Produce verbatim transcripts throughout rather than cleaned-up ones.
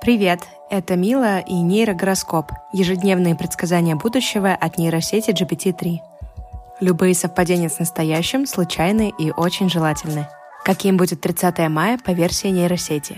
Привет, это Мила и нейрогороскоп, ежедневные предсказания будущего от нейросети джи пи ти три. Любые совпадения с настоящим случайны и очень желательны. Каким будет тридцатое мая по версии нейросети?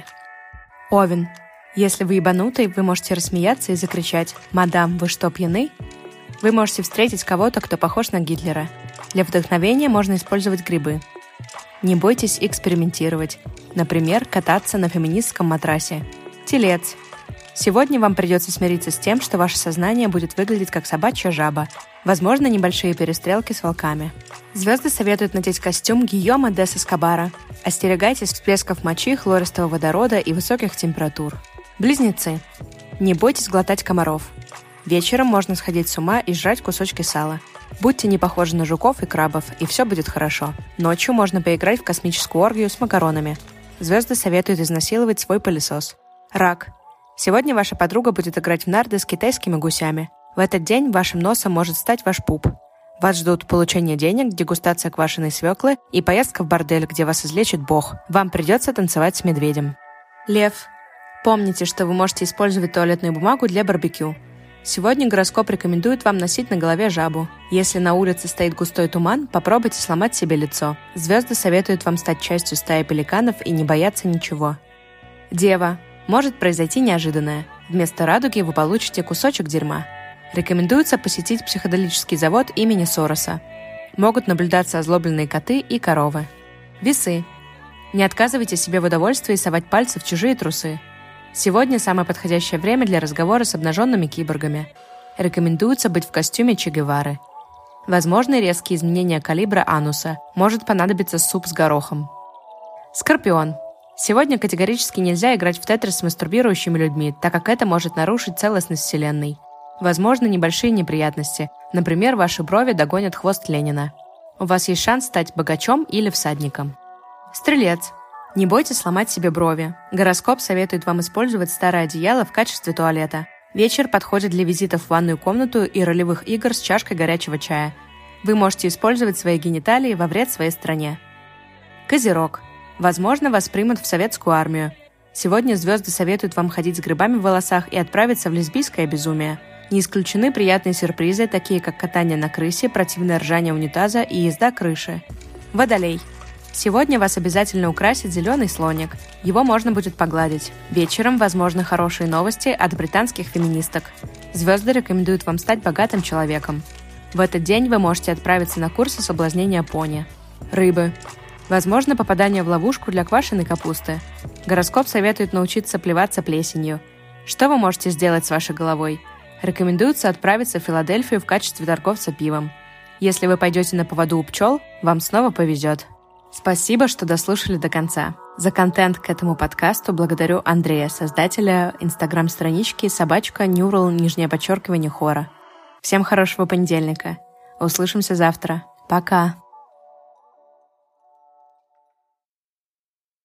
Овен. Если вы ебанутый, вы можете рассмеяться и закричать: «Мадам, вы что, пьяны?» Вы можете встретить кого-то, кто похож на Гитлера. Для вдохновения можно использовать грибы. Не бойтесь экспериментировать. Например, кататься на феминистском матрасе. Телец. Сегодня вам придется смириться с тем, что ваше сознание будет выглядеть как собачья жаба. Возможно, небольшие перестрелки с волками. Звезды советуют надеть костюм Гийома де Эскобара. Остерегайтесь всплесков мочи, хлористого водорода и высоких температур. Близнецы. Не бойтесь глотать комаров. Вечером можно сходить с ума и жрать кусочки сала. Будьте не похожи на жуков и крабов, и все будет хорошо. Ночью можно поиграть в космическую оргию с макаронами. Звезды советуют изнасиловать свой пылесос. Рак. Сегодня ваша подруга будет играть в нарды с китайскими гусями. В этот день вашим носом может стать ваш пуп. Вас ждут получение денег, дегустация квашеной свеклы и поездка в бордель, где вас излечит Бог. Вам придется танцевать с медведем. Лев. Помните, что вы можете использовать туалетную бумагу для барбекю. Сегодня гороскоп рекомендует вам носить на голове жабу. Если на улице стоит густой туман, попробуйте сломать себе лицо. Звезды советуют вам стать частью стаи пеликанов и не бояться ничего. Дева. Может произойти неожиданное. Вместо радуги вы получите кусочек дерьма. Рекомендуется посетить психоделический завод имени Сороса. Могут наблюдаться озлобленные коты и коровы. Весы. Не отказывайте себе в удовольствии совать пальцы в чужие трусы. Сегодня самое подходящее время для разговора с обнаженными киборгами. Рекомендуется быть в костюме Че Гевары. Возможны резкие изменения калибра ануса. Может понадобиться суп с горохом. Скорпион. Сегодня категорически нельзя играть в тетрис с мастурбирующими людьми, так как это может нарушить целостность Вселенной. Возможны небольшие неприятности. Например, ваши брови догонят хвост Ленина. У вас есть шанс стать богачом или всадником. Стрелец. Не бойтесь сломать себе брови. Гороскоп советует вам использовать старое одеяло в качестве туалета. Вечер подходит для визитов в ванную комнату и ролевых игр с чашкой горячего чая. Вы можете использовать свои гениталии во вред своей стране. Козерог. Возможно, вас примут в советскую армию. Сегодня звезды советуют вам ходить с грибами в волосах и отправиться в лесбийское безумие. Не исключены приятные сюрпризы, такие как катание на крысе, противное ржание унитаза и езда крыши. Водолей. Сегодня вас обязательно украсит зеленый слоник. Его можно будет погладить. Вечером возможны хорошие новости от британских феминисток. Звезды рекомендуют вам стать богатым человеком. В этот день вы можете отправиться на курсы соблазнения пони. Рыбы. Возможно попадание в ловушку для квашеной капусты. Гороскоп советует научиться плеваться плесенью. Что вы можете сделать с вашей головой? Рекомендуется отправиться в Филадельфию в качестве торговца пивом. Если вы пойдете на поводу у пчел, вам снова повезет. Спасибо, что дослушали до конца. За контент к этому подкасту благодарю Андрея, создателя инстаграм-странички собачка Neural, нижнее подчеркивание, хора. Всем хорошего понедельника. Услышимся завтра. Пока.